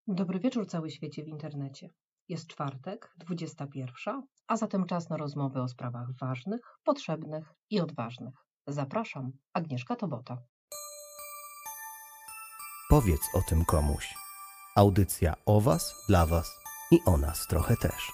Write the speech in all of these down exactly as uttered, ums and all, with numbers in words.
Dobry wieczór cały świecie w internecie. Jest czwartek, dwudziesta pierwsza, a zatem czas na rozmowy o sprawach ważnych, potrzebnych i odważnych. Zapraszam, Agnieszka Tobota. Powiedz o tym komuś. Audycja o Was, dla Was i o nas trochę też.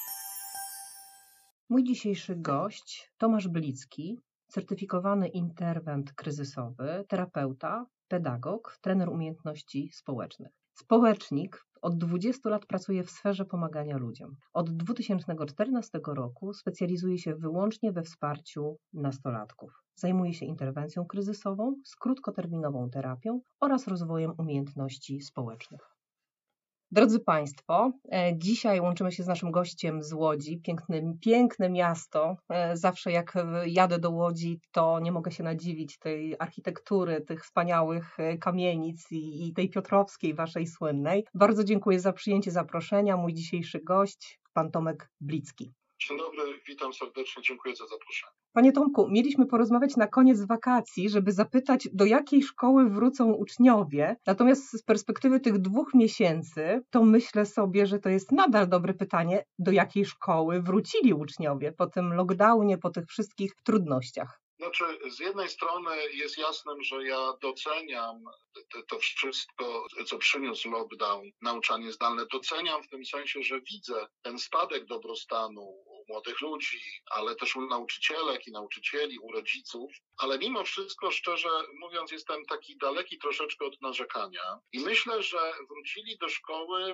Mój dzisiejszy gość Tomasz Blicki, certyfikowany interwent kryzysowy, terapeuta, pedagog, trener umiejętności społecznych. Społecznik od dwudziestu lat pracuje w sferze pomagania ludziom. Od dwa tysiące czternastego roku specjalizuje się wyłącznie we wsparciu nastolatków. Zajmuje się interwencją kryzysową z krótkoterminową terapią oraz rozwojem umiejętności społecznych. Drodzy Państwo, dzisiaj łączymy się z naszym gościem z Łodzi, piękne, piękne miasto. Zawsze jak jadę do Łodzi, to nie mogę się nadziwić tej architektury, tych wspaniałych kamienic i, i tej piotrowskiej, waszej słynnej. Bardzo dziękuję za przyjęcie zaproszenia. Mój dzisiejszy gość, pan Tomek Blicki. Dzień dobry, witam serdecznie, dziękuję za zaproszenie. Panie Tomku, mieliśmy porozmawiać na koniec wakacji, żeby zapytać, do jakiej szkoły wrócą uczniowie. Natomiast z perspektywy tych dwóch miesięcy, to myślę sobie, że to jest nadal dobre pytanie, do jakiej szkoły wrócili uczniowie po tym lockdownie, po tych wszystkich trudnościach. Znaczy, z jednej strony jest jasnym, że ja doceniam to wszystko, co przyniósł lockdown, nauczanie zdalne. Doceniam w tym sensie, że widzę ten spadek dobrostanu u młodych ludzi, ale też u nauczycielek i nauczycieli, u rodziców. Ale mimo wszystko, szczerze mówiąc, jestem taki daleki troszeczkę od narzekania. I myślę, że wrócili do szkoły,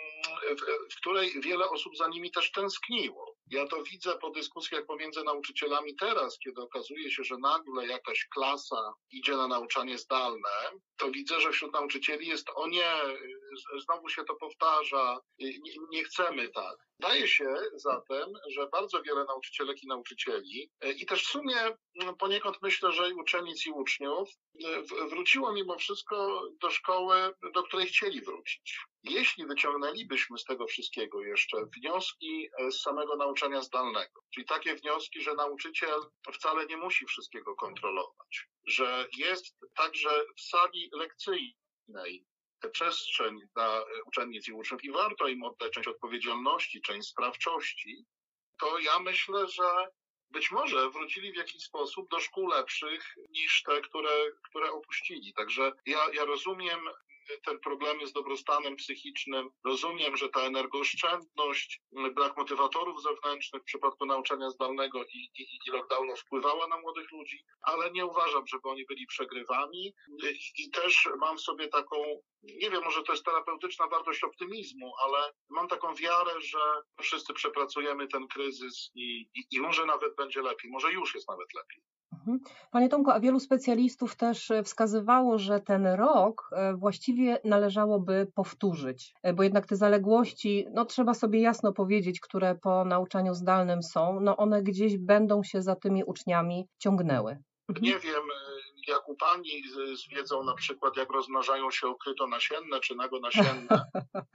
w której wiele osób za nimi też tęskniło. Ja to widzę po dyskusjach pomiędzy nauczycielami teraz, kiedy okazuje się, że nagle jakaś klasa idzie na nauczanie zdalne, to widzę, że wśród nauczycieli jest o nie, znowu się to powtarza, nie, nie chcemy tak. Wydaje się zatem, że bardzo wiele nauczycielek i nauczycieli i też w sumie poniekąd myślę, że i uczennic i uczniów wróciło mimo wszystko do szkoły, do której chcieli wrócić. Jeśli wyciągnęlibyśmy z tego wszystkiego jeszcze wnioski z samego nauczania zdalnego, czyli takie wnioski, że nauczyciel wcale nie musi wszystkiego kontrolować, że jest także w sali lekcyjnej przestrzeń dla uczennic i uczniów i warto im oddać część odpowiedzialności, część sprawczości, to ja myślę, że być może wrócili w jakiś sposób do szkół lepszych niż te, które, które opuścili. Także ja, ja rozumiem te problemy z dobrostanem psychicznym. Rozumiem, że ta energooszczędność, brak motywatorów zewnętrznych w przypadku nauczania zdalnego i, i, i lockdownu wpływała na młodych ludzi, ale nie uważam, żeby oni byli przegrywani i, i też mam w sobie taką, nie wiem, może to jest terapeutyczna wartość optymizmu, ale mam taką wiarę, że wszyscy przepracujemy ten kryzys i, i, i może nawet będzie lepiej, może już jest nawet lepiej. Panie Tomku, a wielu specjalistów też wskazywało, że ten rok właściwie należałoby powtórzyć, bo jednak te zaległości, no trzeba sobie jasno powiedzieć, które po nauczaniu zdalnym są, no one gdzieś będą się za tymi uczniami ciągnęły. Nie wiem, jak u pani z wiedzą na przykład, jak rozmnażają się okrytonasienne czy nagonasienne.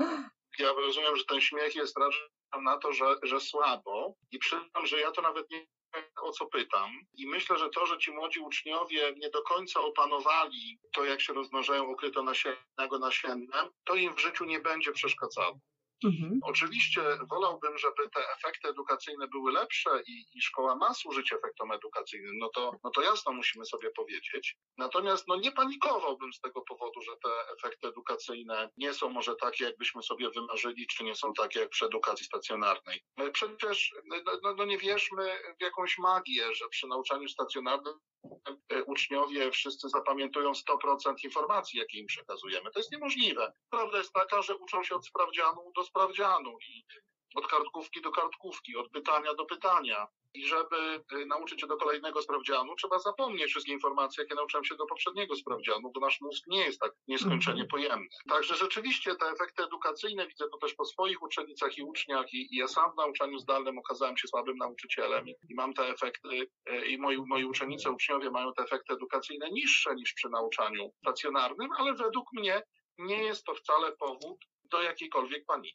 Ja rozumiem, że ten śmiech jest raczej na to, że, że słabo i przyznam, że ja to nawet nie o co pytam. I myślę, że to, że ci młodzi uczniowie nie do końca opanowali to, jak się rozmnażają okrytonasienne, to im w życiu nie będzie przeszkadzało. Mhm. Oczywiście wolałbym, żeby te efekty edukacyjne były lepsze i, i szkoła ma służyć efektom edukacyjnym, no to, no to jasno musimy sobie powiedzieć. Natomiast no nie panikowałbym z tego powodu, że te efekty edukacyjne nie są może takie, jakbyśmy sobie wymarzyli, czy nie są takie jak przy edukacji stacjonarnej. Przecież no, no nie wierzmy w jakąś magię, że przy nauczaniu stacjonarnym uczniowie wszyscy zapamiętują sto procent informacji, jakie im przekazujemy. To jest niemożliwe. Prawda jest taka, że uczą się od sprawdzianu do sprawdzianu i od kartkówki do kartkówki, od pytania do pytania. I żeby nauczyć się do kolejnego sprawdzianu, trzeba zapomnieć wszystkie informacje, jakie nauczyłem się do poprzedniego sprawdzianu, bo nasz mózg nie jest tak nieskończenie pojemny. Także rzeczywiście te efekty edukacyjne widzę to też po swoich uczennicach i uczniach i, i ja sam w nauczaniu zdalnym okazałem się słabym nauczycielem i, i mam te efekty i moi, moi uczennice, uczniowie mają te efekty edukacyjne niższe niż przy nauczaniu stacjonarnym, ale według mnie nie jest to wcale powód do jakiejkolwiek paniki.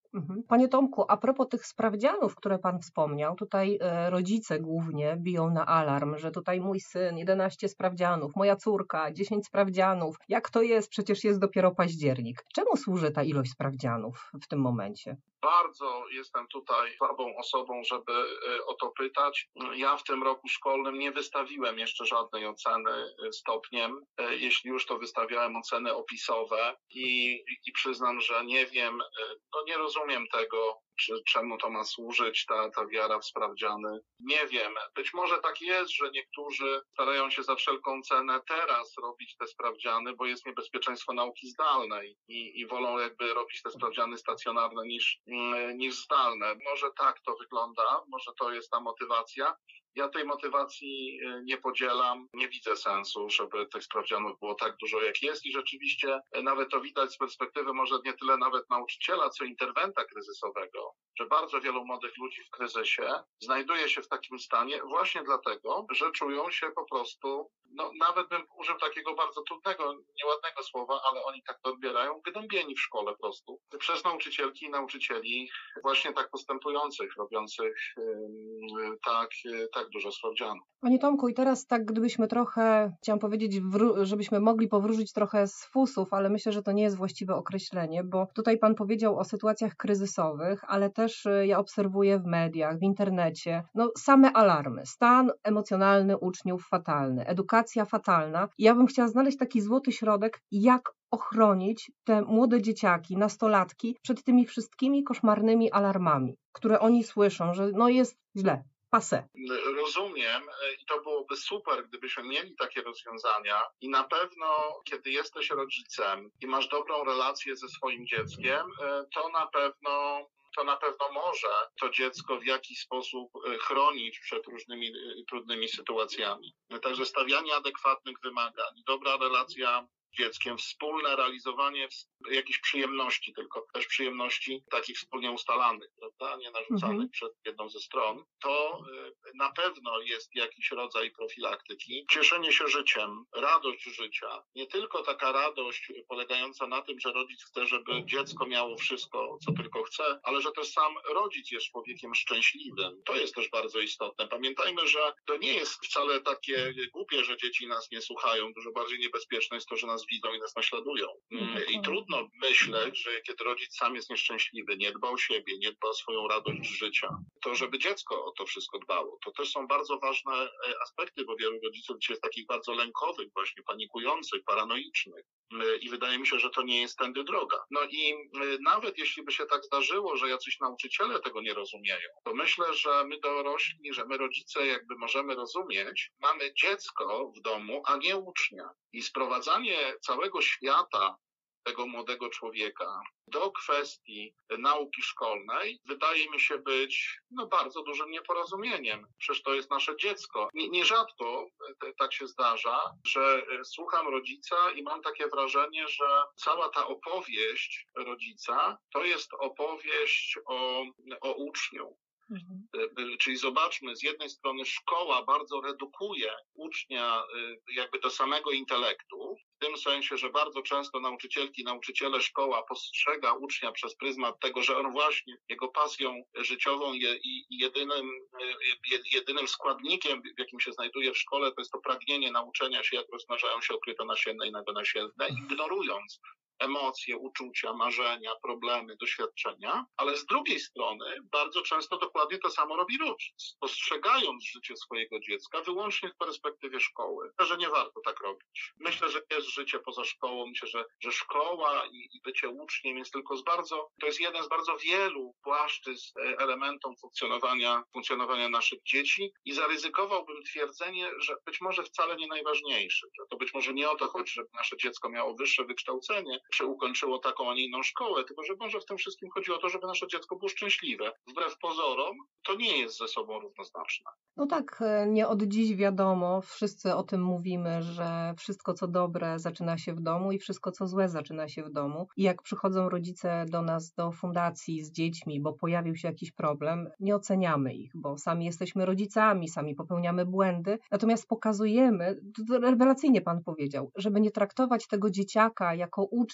Mhm. Panie Tomku, a propos tych sprawdzianów, które pan wspomniał, tutaj e, rodzice głównie biją na alarm, że tutaj mój syn, jedenaście sprawdzianów, moja córka, dziesięć sprawdzianów. Jak to jest? Przecież jest dopiero październik. Czemu służy ta ilość sprawdzianów w tym momencie? Bardzo jestem tutaj słabą osobą, żeby o to pytać. Ja w tym roku szkolnym nie wystawiłem jeszcze żadnej oceny stopniem. Jeśli już, to wystawiałem oceny opisowe i, i przyznam, że nie wiem, no nie rozumiem tego, czy czemu to ma służyć, ta, ta wiara w sprawdziany. Nie wiem. Być może tak jest, że niektórzy starają się za wszelką cenę teraz robić te sprawdziany, bo jest niebezpieczeństwo nauki zdalnej i, i wolą jakby robić te sprawdziany stacjonarne niż, niż zdalne. Może tak to wygląda, może to jest ta motywacja. Ja tej motywacji nie podzielam, nie widzę sensu, żeby tych sprawdzianów było tak dużo, jak jest i rzeczywiście nawet to widać z perspektywy może nie tyle nawet nauczyciela, co interwenta kryzysowego, że bardzo wielu młodych ludzi w kryzysie znajduje się w takim stanie właśnie dlatego, że czują się po prostu, no nawet bym użył takiego bardzo trudnego, nieładnego słowa, ale oni tak to odbierają, gnębieni w szkole po prostu przez nauczycielki i nauczycieli właśnie tak postępujących, robiących yy, tak, yy, tak dużo sprawdzianów. Panie Tomku, i teraz tak gdybyśmy trochę, chciałam powiedzieć, wró- żebyśmy mogli powrócić trochę z fusów, ale myślę, że to nie jest właściwe określenie, bo tutaj pan powiedział o sytuacjach kryzysowych, ale też ja obserwuję w mediach, w internecie, no same alarmy, stan emocjonalny uczniów fatalny, edukacja fatalna. I ja bym chciała znaleźć taki złoty środek, jak ochronić te młode dzieciaki, nastolatki przed tymi wszystkimi koszmarnymi alarmami, które oni słyszą, że no jest źle. Passé. Rozumiem i to byłoby super, gdybyśmy mieli takie rozwiązania i na pewno, kiedy jesteś rodzicem i masz dobrą relację ze swoim dzieckiem, to na pewno to na pewno może to dziecko w jakiś sposób chronić przed różnymi trudnymi sytuacjami. Także stawianie adekwatnych wymagań, dobra relacja z dzieckiem, wspólne realizowanie jakichś przyjemności, tylko też przyjemności takich wspólnie ustalanych, prawda, nie narzucanych mhm. przez jedną ze stron, to na pewno jest jakiś rodzaj profilaktyki. Cieszenie się życiem, radość życia, nie tylko taka radość polegająca na tym, że rodzic chce, żeby dziecko miało wszystko, co tylko chce, ale że też sam rodzic jest człowiekiem szczęśliwym. To jest też bardzo istotne. Pamiętajmy, że to nie jest wcale takie głupie, że dzieci nas nie słuchają. Dużo bardziej niebezpieczne jest to, że nas widzą i nas naśladują. I trudno myśleć, że kiedy rodzic sam jest nieszczęśliwy, nie dba o siebie, nie dba o swoją radość życia, to żeby dziecko o to wszystko dbało. To też są bardzo ważne aspekty, bo wielu rodziców dzisiaj jest takich bardzo lękowych, właśnie panikujących, paranoicznych. I wydaje mi się, że to nie jest tędy droga. No i nawet jeśli by się tak zdarzyło, że jacyś nauczyciele tego nie rozumieją, to myślę, że my dorośli, że my rodzice jakby możemy rozumieć, mamy dziecko w domu, a nie ucznia. I sprowadzanie całego świata tego młodego człowieka do kwestii nauki szkolnej wydaje mi się być no, bardzo dużym nieporozumieniem. Przecież to jest nasze dziecko. Nie, nierzadko tak się zdarza, że słucham rodzica i mam takie wrażenie, że cała ta opowieść rodzica to jest opowieść o, o uczniu. Mhm. Czyli zobaczmy, z jednej strony szkoła bardzo redukuje ucznia jakby do samego intelektu, w tym sensie, że bardzo często nauczycielki, nauczyciele, szkoła postrzega ucznia przez pryzmat tego, że on właśnie, jego pasją życiową i jedynym, jedynym składnikiem, w jakim się znajduje w szkole, to jest to pragnienie nauczenia się, jak rozmnażają się okryte nasienne i nagonasienne, ignorując emocje, uczucia, marzenia, problemy, doświadczenia, ale z drugiej strony bardzo często dokładnie to samo robi rodzic, postrzegając życie swojego dziecka wyłącznie w perspektywie szkoły. Myślę, że nie warto tak robić. Myślę, że jest życie poza szkołą, myślę, że, że szkoła i, i bycie uczniem jest tylko z bardzo, to jest jeden z bardzo wielu płaszczyzn elementów funkcjonowania, funkcjonowania naszych dzieci i zaryzykowałbym twierdzenie, że być może wcale nie najważniejszy, że to być może nie o to chodzi, żeby nasze dziecko miało wyższe wykształcenie, czy ukończyło taką, a nie inną szkołę, tylko że może w tym wszystkim chodzi o to, żeby nasze dziecko było szczęśliwe. Wbrew pozorom to nie jest ze sobą równoznaczne. No tak, nie od dziś wiadomo, wszyscy o tym mówimy, że wszystko co dobre zaczyna się w domu i wszystko co złe zaczyna się w domu. I jak przychodzą rodzice do nas, do fundacji z dziećmi, bo pojawił się jakiś problem, nie oceniamy ich, bo sami jesteśmy rodzicami, sami popełniamy błędy, natomiast pokazujemy, to rewelacyjnie pan powiedział, żeby nie traktować tego dzieciaka jako ucznia,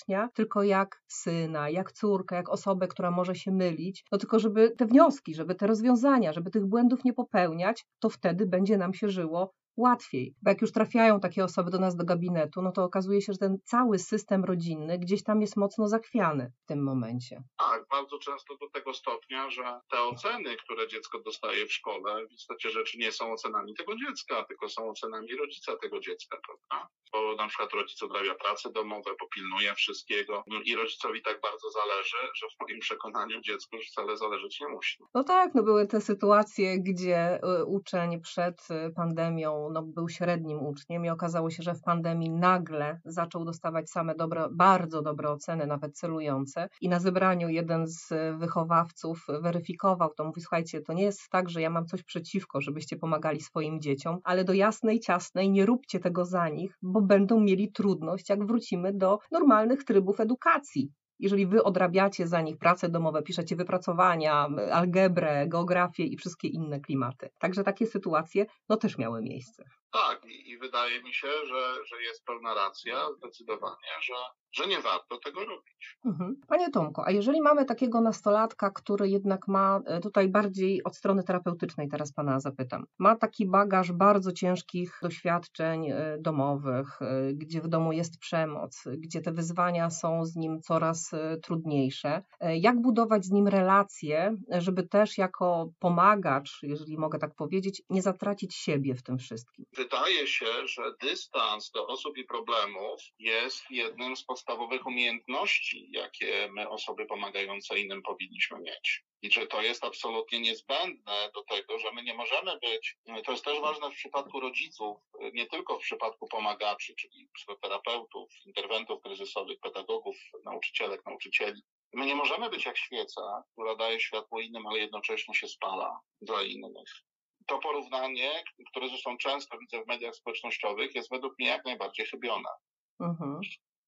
ucznia, tylko jak syna, jak córkę, jak osobę, która może się mylić, no tylko żeby te wnioski, żeby te rozwiązania, żeby tych błędów nie popełniać, to wtedy będzie nam się żyło łatwiej. Bo jak już trafiają takie osoby do nas do gabinetu, no to okazuje się, że ten cały system rodzinny gdzieś tam jest mocno zachwiany w tym momencie. Tak, bardzo często do tego stopnia, że te oceny, które dziecko dostaje w szkole, w istocie rzeczy nie są ocenami tego dziecka, tylko są ocenami rodzica tego dziecka, prawda? Bo na przykład rodzic odrabia prace domowe, bo pilnuje wszystkiego i rodzicowi tak bardzo zależy, że w moim przekonaniu dziecku już wcale zależeć nie musi. No tak, no były te sytuacje, gdzie uczeń przed pandemią no, był średnim uczniem i okazało się, że w pandemii nagle zaczął dostawać same dobre, bardzo dobre oceny, nawet celujące, i na zebraniu jeden z wychowawców weryfikował to, mówi: słuchajcie, to nie jest tak, że ja mam coś przeciwko, żebyście pomagali swoim dzieciom, ale do jasnej, ciasnej nie róbcie tego za nich, bo będą mieli trudność, jak wrócimy do normalnych trybów edukacji. Jeżeli wy odrabiacie za nich prace domowe, piszecie wypracowania, algebrę, geografię i wszystkie inne klimaty. Także takie sytuacje no też miały miejsce. Tak, i, i wydaje mi się, że, że jest pełna racja zdecydowanie, że, że nie warto tego robić. Mhm. Panie Tomku, a jeżeli mamy takiego nastolatka, który jednak ma, tutaj bardziej od strony terapeutycznej teraz pana zapytam, ma taki bagaż bardzo ciężkich doświadczeń domowych, gdzie w domu jest przemoc, gdzie te wyzwania są z nim coraz trudniejsze, jak budować z nim relacje, żeby też jako pomagacz, jeżeli mogę tak powiedzieć, nie zatracić siebie w tym wszystkim? Wydaje się, że dystans do osób i problemów jest jednym z podstawowych umiejętności, jakie my, osoby pomagające innym, powinniśmy mieć. I że to jest absolutnie niezbędne do tego, że my nie możemy być, to jest też ważne w przypadku rodziców, nie tylko w przypadku pomagaczy, czyli psychoterapeutów, interwentów kryzysowych, pedagogów, nauczycielek, nauczycieli. My nie możemy być jak świeca, która daje światło innym, ale jednocześnie się spala dla innych. To porównanie, które zresztą często widzę w mediach społecznościowych, jest według mnie jak najbardziej chybione. Mhm.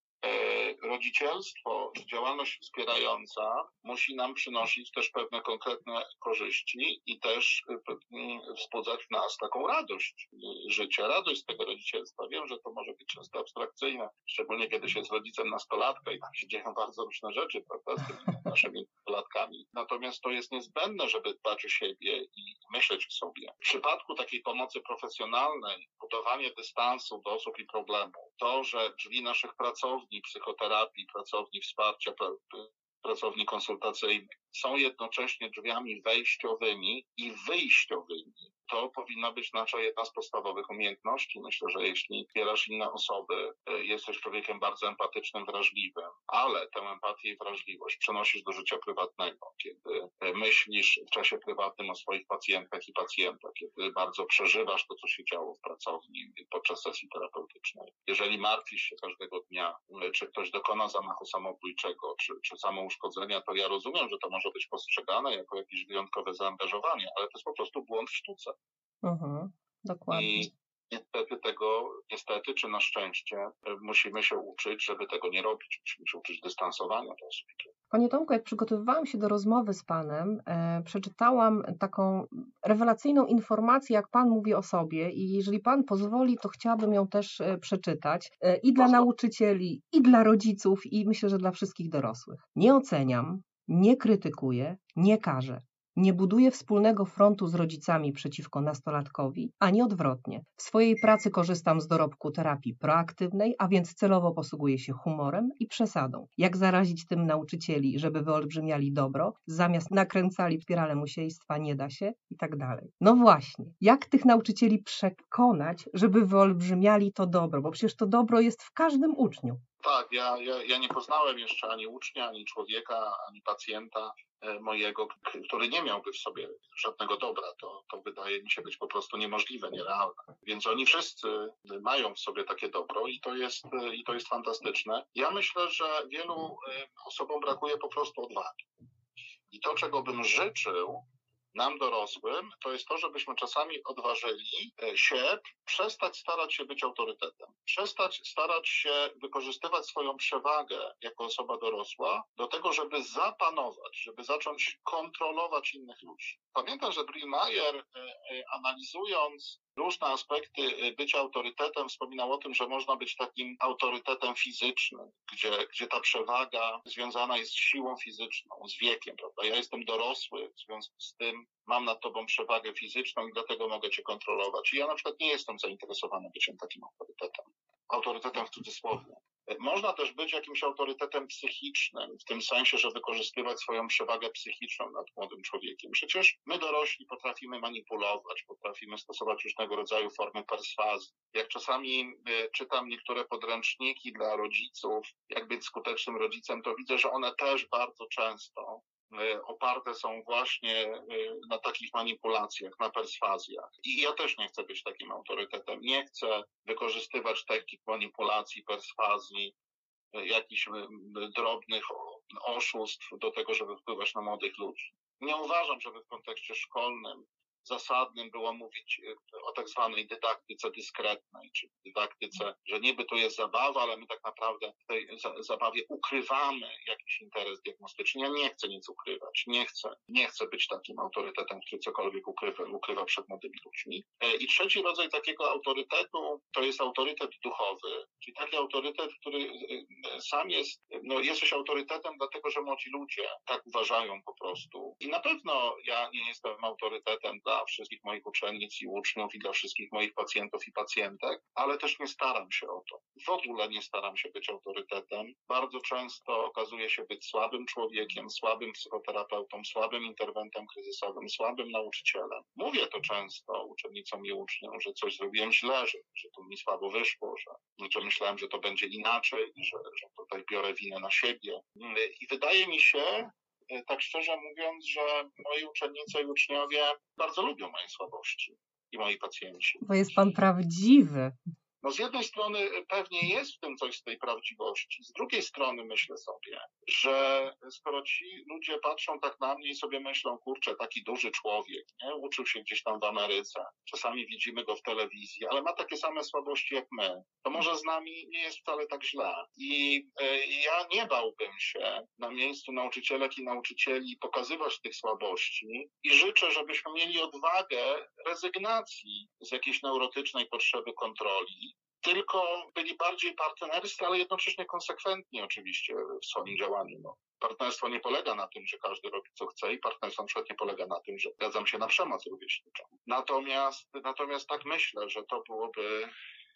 Rodzicielstwo, działalność wspierająca musi nam przynosić też pewne konkretne korzyści i też wzbudzać w nas taką radość życia, radość z tego rodzicielstwa. Wiem, że to może być często abstrakcyjne, szczególnie kiedy się jest rodzicem nastolatka i tam się dzieją bardzo różne rzeczy, prawda, z tymi naszymi nastolatkami. Natomiast to jest niezbędne, żeby dbać o siebie i myśleć o sobie. W przypadku takiej pomocy profesjonalnej, budowanie dystansu do osób i problemów, to, że drzwi naszych pracowni, psychoterapii, pracowni wsparcia, pracowni konsultacyjnych są jednocześnie drzwiami wejściowymi i wyjściowymi. To powinna być nasza jedna z podstawowych umiejętności. Myślę, że jeśli wspierasz inne osoby, jesteś człowiekiem bardzo empatycznym, wrażliwym, ale tę empatię i wrażliwość przenosisz do życia prywatnego, kiedy myślisz w czasie prywatnym o swoich pacjentkach i pacjentach, kiedy bardzo przeżywasz to, co się działo w pracowni podczas sesji terapeutycznej. Jeżeli martwisz się każdego dnia, czy ktoś dokona zamachu samobójczego, czy, czy samouszkodzenia, to ja rozumiem, że to może być postrzegane jako jakieś wyjątkowe zaangażowanie, ale to jest po prostu błąd w sztuce. Mhm, dokładnie. I niestety tego, niestety czy na szczęście, musimy się uczyć, żeby tego nie robić. Musimy się uczyć dystansowania do osób. Panie Tomku, jak przygotowywałam się do rozmowy z panem, e, przeczytałam taką rewelacyjną informację, jak pan mówi o sobie, i jeżeli pan pozwoli, to chciałabym ją też e, przeczytać e, i dla nauczycieli, i dla rodziców, i myślę, że dla wszystkich dorosłych. Nie oceniam, nie krytykuję, nie karzę. Nie buduję wspólnego frontu z rodzicami przeciwko nastolatkowi, ani odwrotnie. W swojej pracy korzystam z dorobku terapii proaktywnej, a więc celowo posługuję się humorem i przesadą. Jak zarazić tym nauczycieli, żeby wyolbrzymiali dobro, zamiast nakręcali spiralę musiejstwa, nie da się i tak dalej. No właśnie, jak tych nauczycieli przekonać, żeby wyolbrzymiali to dobro, bo przecież to dobro jest w każdym uczniu. Tak, ja, ja, ja nie poznałem jeszcze ani ucznia, ani człowieka, ani pacjenta mojego, który nie miałby w sobie żadnego dobra. To, to wydaje mi się być po prostu niemożliwe, nierealne. Więc oni wszyscy mają w sobie takie dobro i to jest, i to jest fantastyczne. Ja myślę, że wielu osobom brakuje po prostu odwagi. I to, czego bym życzył nam dorosłym, to jest to, żebyśmy czasami odważyli się przestać starać się być autorytetem. Przestać starać się wykorzystywać swoją przewagę jako osoba dorosła do tego, żeby zapanować, żeby zacząć kontrolować innych ludzi. Pamiętam, że Brillmeyer, analizując różne aspekty bycia autorytetem. Wspominał o tym, że można być takim autorytetem fizycznym, gdzie, gdzie ta przewaga związana jest z siłą fizyczną, z wiekiem, prawda? Ja jestem dorosły, w związku z tym mam nad tobą przewagę fizyczną i dlatego mogę cię kontrolować. I ja na przykład nie jestem zainteresowany byciem takim autorytetem. Autorytetem w cudzysłowie. Można też być jakimś autorytetem psychicznym, w tym sensie, że wykorzystywać swoją przewagę psychiczną nad młodym człowiekiem. Przecież my dorośli potrafimy manipulować, potrafimy stosować różnego rodzaju formy perswazji. Jak czasami czytam niektóre podręczniki dla rodziców, jak być skutecznym rodzicem, to widzę, że one też bardzo często oparte są właśnie na takich manipulacjach, na perswazjach. I ja też nie chcę być takim autorytetem. Nie chcę wykorzystywać takich manipulacji, perswazji, jakichś drobnych oszustw do tego, żeby wpływać na młodych ludzi. Nie uważam, żeby w kontekście szkolnym zasadnym było mówić o tak zwanej dydaktyce dyskretnej, czyli dydaktyce, że niby to jest zabawa, ale my tak naprawdę w tej zabawie ukrywamy jakiś interes diagnostyczny. Ja nie chcę nic ukrywać, nie chcę, nie chcę być takim autorytetem, który cokolwiek ukrywa, ukrywa przed młodymi ludźmi. I trzeci rodzaj takiego autorytetu to jest autorytet duchowy, czyli taki autorytet, który sam jest, no jesteś autorytetem dlatego, że młodzi ludzie tak uważają po prostu. I na pewno ja nie jestem autorytetem dla wszystkich moich uczennic i uczniów i dla wszystkich moich pacjentów i pacjentek, ale też nie staram się o to. W ogóle nie staram się być autorytetem. Bardzo często okazuje się być słabym człowiekiem, słabym psychoterapeutą, słabym interwentem kryzysowym, słabym nauczycielem. Mówię to często uczennicom i uczniom, że coś zrobiłem źle, że, że to mi słabo wyszło, że, że myślałem, że to będzie inaczej, że, że tutaj biorę winę na siebie. I wydaje mi się, tak szczerze mówiąc, że moi uczennice i uczniowie bardzo lubią moje słabości i moi pacjenci. Bo jest pan prawdziwy. No z jednej strony pewnie jest w tym coś z tej prawdziwości, z drugiej strony myślę sobie, że skoro ci ludzie patrzą tak na mnie i sobie myślą, kurczę, taki duży człowiek, nie? Uczył się gdzieś tam w Ameryce, czasami widzimy go w telewizji, ale ma takie same słabości jak my, to może z nami nie jest wcale tak źle. I y, ja nie bałbym się na miejscu nauczycielek i nauczycieli pokazywać tych słabości i życzę, żebyśmy mieli odwagę rezygnacji z jakiejś neurotycznej potrzeby kontroli, tylko byli bardziej partnerscy, ale jednocześnie konsekwentni oczywiście w swoim działaniu. No. Partnerstwo nie polega na tym, że każdy robi co chce i partnerstwo na przykład nie polega na tym, że zgadzam się na przemoc rówieśniczą. Natomiast, natomiast tak myślę, że to byłoby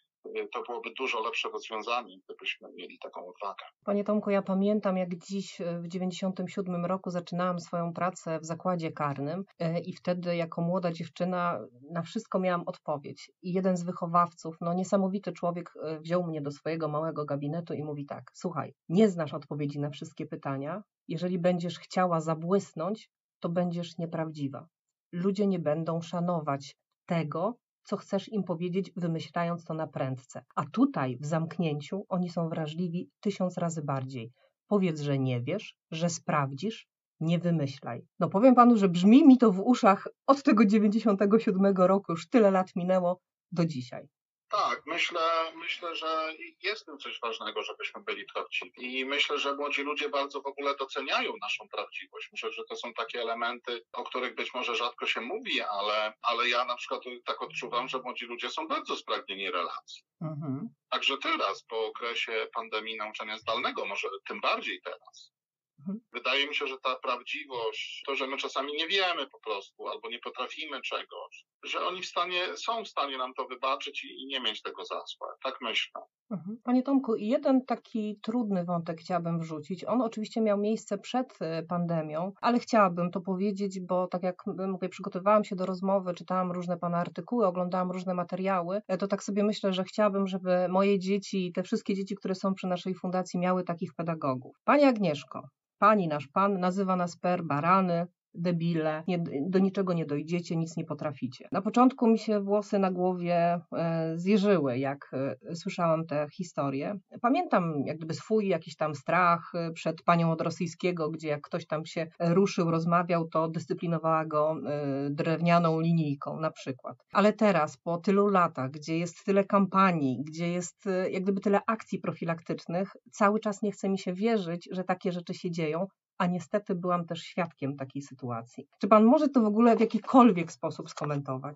to byłoby dużo lepsze rozwiązanie, gdybyśmy mieli taką odwagę. Panie Tomku, ja pamiętam, jak dziś w dziewięćdziesiątym siódmym roku zaczynałam swoją pracę w zakładzie karnym i wtedy jako młoda dziewczyna na wszystko miałam odpowiedź. I jeden z wychowawców, no niesamowity człowiek, wziął mnie do swojego małego gabinetu i mówi tak: słuchaj, nie znasz odpowiedzi na wszystkie pytania, jeżeli będziesz chciała zabłysnąć, to będziesz nieprawdziwa. Ludzie nie będą szanować tego, co chcesz im powiedzieć, wymyślając to na prędce. A tutaj w zamknięciu oni są wrażliwi tysiąc razy bardziej. Powiedz, że nie wiesz, że sprawdzisz, nie wymyślaj. No powiem panu, że brzmi mi to w uszach od tego dziewięćdziesiątego siódmego roku, już tyle lat minęło, do dzisiaj. Tak, myślę, myślę, że jest w tym coś ważnego, żebyśmy byli prawdziwi. I myślę, że młodzi ludzie bardzo w ogóle doceniają naszą prawdziwość. Myślę, że to są takie elementy, o których być może rzadko się mówi, ale, ale ja na przykład tak odczuwam, że młodzi ludzie są bardzo spragnieni relacji. Mhm. Także teraz, po okresie pandemii nauczania zdalnego, może tym bardziej teraz. Wydaje mi się, że ta prawdziwość, to, że my czasami nie wiemy po prostu albo nie potrafimy czegoś, że oni w stanie, są w stanie nam to wybaczyć i, i nie mieć tego za złe. Tak myślę. Panie Tomku, jeden taki trudny wątek chciałabym wrzucić. On oczywiście miał miejsce przed pandemią, ale chciałabym to powiedzieć, bo tak jak mówię, przygotowałam się do rozmowy, czytałam różne pana artykuły, oglądałam różne materiały, to tak sobie myślę, że chciałabym, żeby moje dzieci i te wszystkie dzieci, które są przy naszej fundacji, miały takich pedagogów. Pani Agnieszko, pani, nasz pan, nazywa nas per barany, debile, nie, do niczego nie dojdziecie, nic nie potraficie. Na początku mi się włosy na głowie e, zjeżyły, jak e, słyszałam tę historię. Pamiętam jak gdyby swój jakiś tam strach przed panią od rosyjskiego, gdzie jak ktoś tam się ruszył, rozmawiał, to dyscyplinowała go e, drewnianą linijką na przykład. Ale teraz, po tylu latach, gdzie jest tyle kampanii, gdzie jest e, jak gdyby tyle akcji profilaktycznych, cały czas nie chce mi się wierzyć, że takie rzeczy się dzieją, a niestety byłam też świadkiem takiej sytuacji. Czy pan może to w ogóle w jakikolwiek sposób skomentować?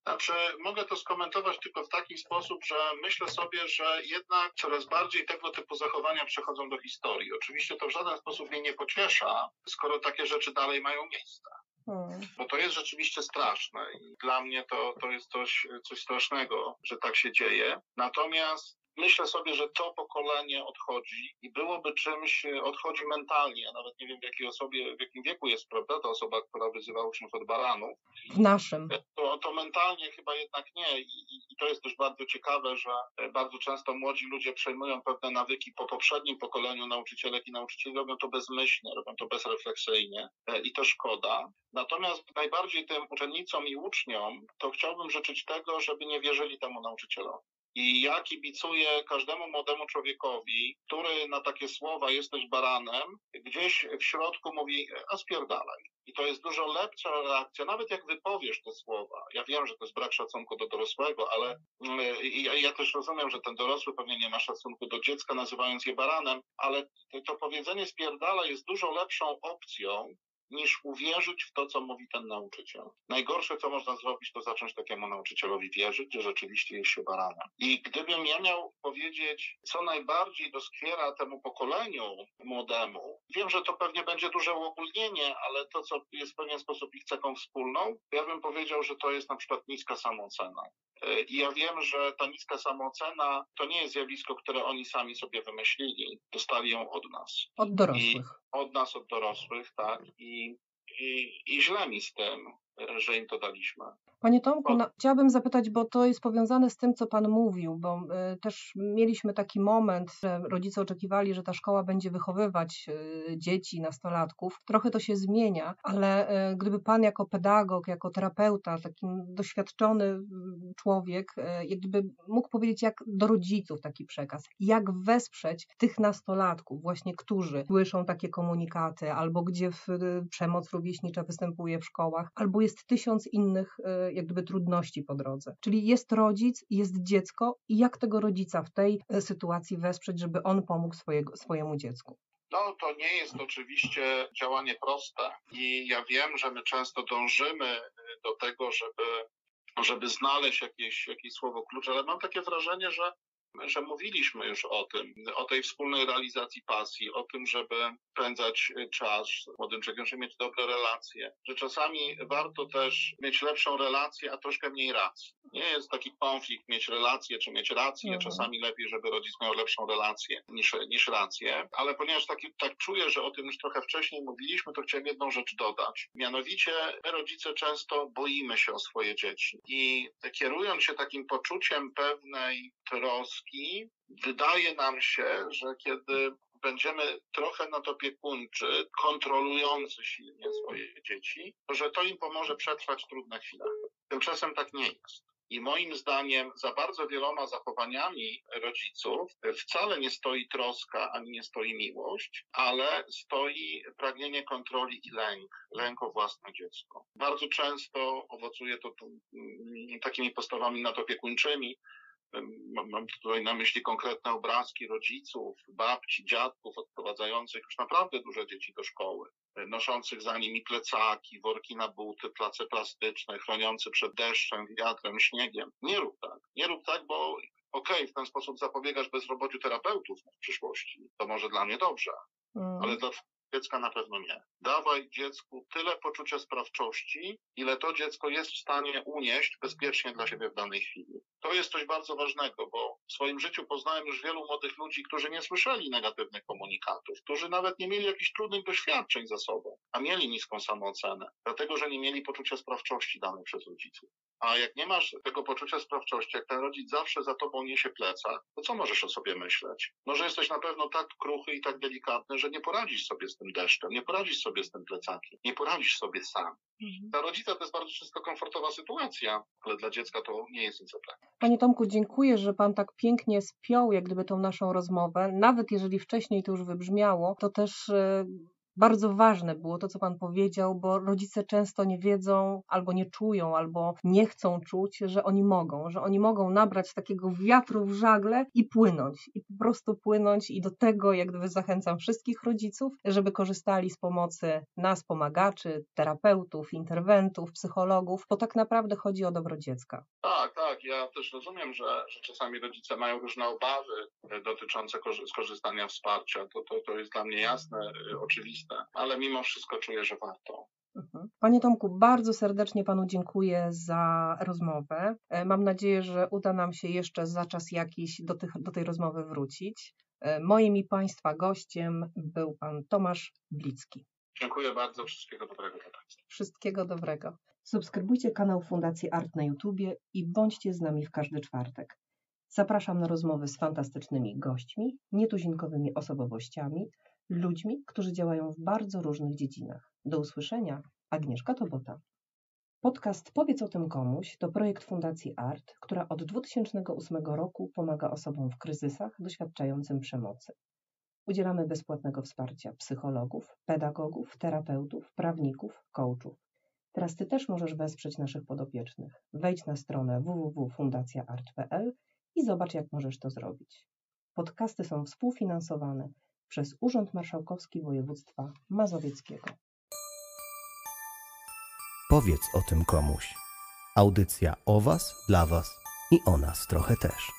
Znaczy, mogę to skomentować tylko w taki sposób, że myślę sobie, że jednak coraz bardziej tego typu zachowania przechodzą do historii. Oczywiście to w żaden sposób mnie nie pociesza, skoro takie rzeczy dalej mają miejsce. Hmm. Bo to jest rzeczywiście straszne i dla mnie to, to jest coś, coś strasznego, że tak się dzieje. Natomiast myślę sobie, że to pokolenie odchodzi i byłoby czymś, odchodzi mentalnie. Ja nawet nie wiem, w jakiej osobie, w jakim wieku jest, prawda, ta osoba, która wyzywa uczniów od baranów. W naszym. To, to mentalnie chyba jednak nie. I, I to jest też bardzo ciekawe, że bardzo często młodzi ludzie przejmują pewne nawyki po poprzednim pokoleniu nauczycielek i nauczycieli. Robią to bezmyślnie, robią to bezrefleksyjnie i to szkoda. Natomiast najbardziej tym uczennicom i uczniom to chciałbym życzyć tego, żeby nie wierzyli temu nauczycielowi. I ja kibicuję każdemu młodemu człowiekowi, który na takie słowa jesteś baranem, gdzieś w środku mówi, a spierdalaj. I to jest dużo lepsza reakcja, nawet jak wypowiesz te słowa. Ja wiem, że to jest brak szacunku do dorosłego, ale ja, ja też rozumiem, że ten dorosły pewnie nie ma szacunku do dziecka, nazywając je baranem, ale to powiedzenie spierdala jest dużo lepszą opcją, niż uwierzyć w to, co mówi ten nauczyciel. Najgorsze, co można zrobić, to zacząć takiemu nauczycielowi wierzyć, że rzeczywiście jest się baranem. I gdybym ja miał powiedzieć, co najbardziej doskwiera temu pokoleniu młodemu, wiem, że to pewnie będzie duże uogólnienie, ale to, co jest w pewien sposób ich cechą wspólną, ja bym powiedział, że to jest na przykład niska samoocena. I ja wiem, że ta niska samoocena to nie jest zjawisko, które oni sami sobie wymyślili. Dostali ją od nas. Od dorosłych. I od nas, od dorosłych, tak. I, i, i źle mi z tym, że im to daliśmy. Panie Tomku, no, chciałabym zapytać, bo to jest powiązane z tym, co Pan mówił, bo y, też mieliśmy taki moment, że rodzice oczekiwali, że ta szkoła będzie wychowywać y, dzieci, nastolatków. Trochę to się zmienia, ale y, gdyby Pan jako pedagog, jako terapeuta, taki doświadczony y, człowiek, y, jakby mógł powiedzieć, jak do rodziców taki przekaz, jak wesprzeć tych nastolatków właśnie, którzy słyszą takie komunikaty, albo gdzie w, y, przemoc rówieśnicza występuje w szkołach, albo jest tysiąc innych y, jak gdyby trudności po drodze. Czyli jest rodzic, jest dziecko i jak tego rodzica w tej sytuacji wesprzeć, żeby on pomógł swojego, swojemu dziecku? No to nie jest oczywiście działanie proste i ja wiem, że my często dążymy do tego, żeby, żeby znaleźć jakieś, jakieś słowo klucz, ale mam takie wrażenie, że że mówiliśmy już o tym, o tej wspólnej realizacji pasji, o tym, żeby spędzać czas z młodym człowiekiem, żeby mieć dobre relacje, że czasami warto też mieć lepszą relację, a troszkę mniej racji. Nie jest taki konflikt mieć relację czy mieć rację, mhm. Czasami lepiej, żeby rodzic miał lepszą relację niż, niż rację, ale ponieważ tak, tak czuję, że o tym już trochę wcześniej mówiliśmy, to chciałem jedną rzecz dodać. Mianowicie my rodzice często boimy się o swoje dzieci i kierując się takim poczuciem pewnej troski, wydaje nam się, że kiedy będziemy trochę nadopiekuńczy, kontrolujący silnie swoje dzieci, że to im pomoże przetrwać trudne chwile. Tymczasem tak nie jest. I moim zdaniem za bardzo wieloma zachowaniami rodziców wcale nie stoi troska, ani nie stoi miłość, ale stoi pragnienie kontroli i lęk, lęk o własne dziecko. Bardzo często owocuje to takimi postawami nadopiekuńczymi. Mam tutaj na myśli konkretne obrazki rodziców, babci, dziadków odprowadzających już naprawdę duże dzieci do szkoły, noszących za nimi plecaki, worki na buty, place plastyczne, chroniące przed deszczem, wiatrem, śniegiem. Nie rób tak. Nie rób tak, bo okej, okay, w ten sposób zapobiegasz bezrobociu terapeutów w przyszłości. To może dla mnie dobrze, mm. ale dla dziecka na pewno nie. Dawaj dziecku tyle poczucia sprawczości, ile to dziecko jest w stanie unieść bezpiecznie dla siebie w danej chwili. To jest coś bardzo ważnego, bo w swoim życiu poznałem już wielu młodych ludzi, którzy nie słyszeli negatywnych komunikatów, którzy nawet nie mieli jakichś trudnych doświadczeń za sobą, a mieli niską samoocenę, dlatego że nie mieli poczucia sprawczości danej przez rodziców. A jak nie masz tego poczucia sprawczości, jak ten rodzic zawsze za tobą niesie plecak, to co możesz o sobie myśleć? No, że jesteś na pewno tak kruchy i tak delikatny, że nie poradzisz sobie z tym deszczem, nie poradzisz sobie z tym plecakiem, nie poradzisz sobie sam. Mhm. Dla rodzica to jest bardzo często komfortowa sytuacja, ale dla dziecka to nie jest nic dobrego. Panie Tomku, dziękuję, że Pan tak pięknie spiął jak gdyby tą naszą rozmowę. Nawet jeżeli wcześniej to już wybrzmiało, to też Bardzo ważne było to, co Pan powiedział, bo rodzice często nie wiedzą, albo nie czują, albo nie chcą czuć, że oni mogą, że oni mogą nabrać takiego wiatru w żagle i płynąć, i po prostu płynąć i do tego jak gdyby zachęcam wszystkich rodziców, żeby korzystali z pomocy nas, pomagaczy, terapeutów, interwentów, psychologów, bo tak naprawdę chodzi o dobro dziecka. Tak, tak. Ja też rozumiem, że, że czasami rodzice mają różne obawy dotyczące skorzystania wsparcia. To, to, to jest dla mnie jasne, oczywiste, ale mimo wszystko czuję, że warto. Panie Tomku, bardzo serdecznie Panu dziękuję za rozmowę. Mam nadzieję, że uda nam się jeszcze za czas jakiś do, tych, do tej rozmowy wrócić. Moim i Państwa gościem był Pan Tomasz Blicki. Dziękuję bardzo. Wszystkiego dobrego dla Państwa. Wszystkiego dobrego. Subskrybujcie kanał Fundacji Art na YouTubie i bądźcie z nami w każdy czwartek. Zapraszam na rozmowy z fantastycznymi gośćmi, nietuzinkowymi osobowościami, ludźmi, którzy działają w bardzo różnych dziedzinach. Do usłyszenia. Agnieszka Tobota. Podcast Powiedz o tym komuś to projekt Fundacji Art, która od dwa tysiące ósmego roku pomaga osobom w kryzysach doświadczającym przemocy. Udzielamy bezpłatnego wsparcia psychologów, pedagogów, terapeutów, prawników, coachów. Teraz Ty też możesz wesprzeć naszych podopiecznych. Wejdź na stronę w w w kropka fundacja art kropka p l i zobacz, jak możesz to zrobić. Podcasty są współfinansowane przez Urząd Marszałkowski Województwa Mazowieckiego. Powiedz o tym komuś. Audycja o Was, dla Was i o nas trochę też.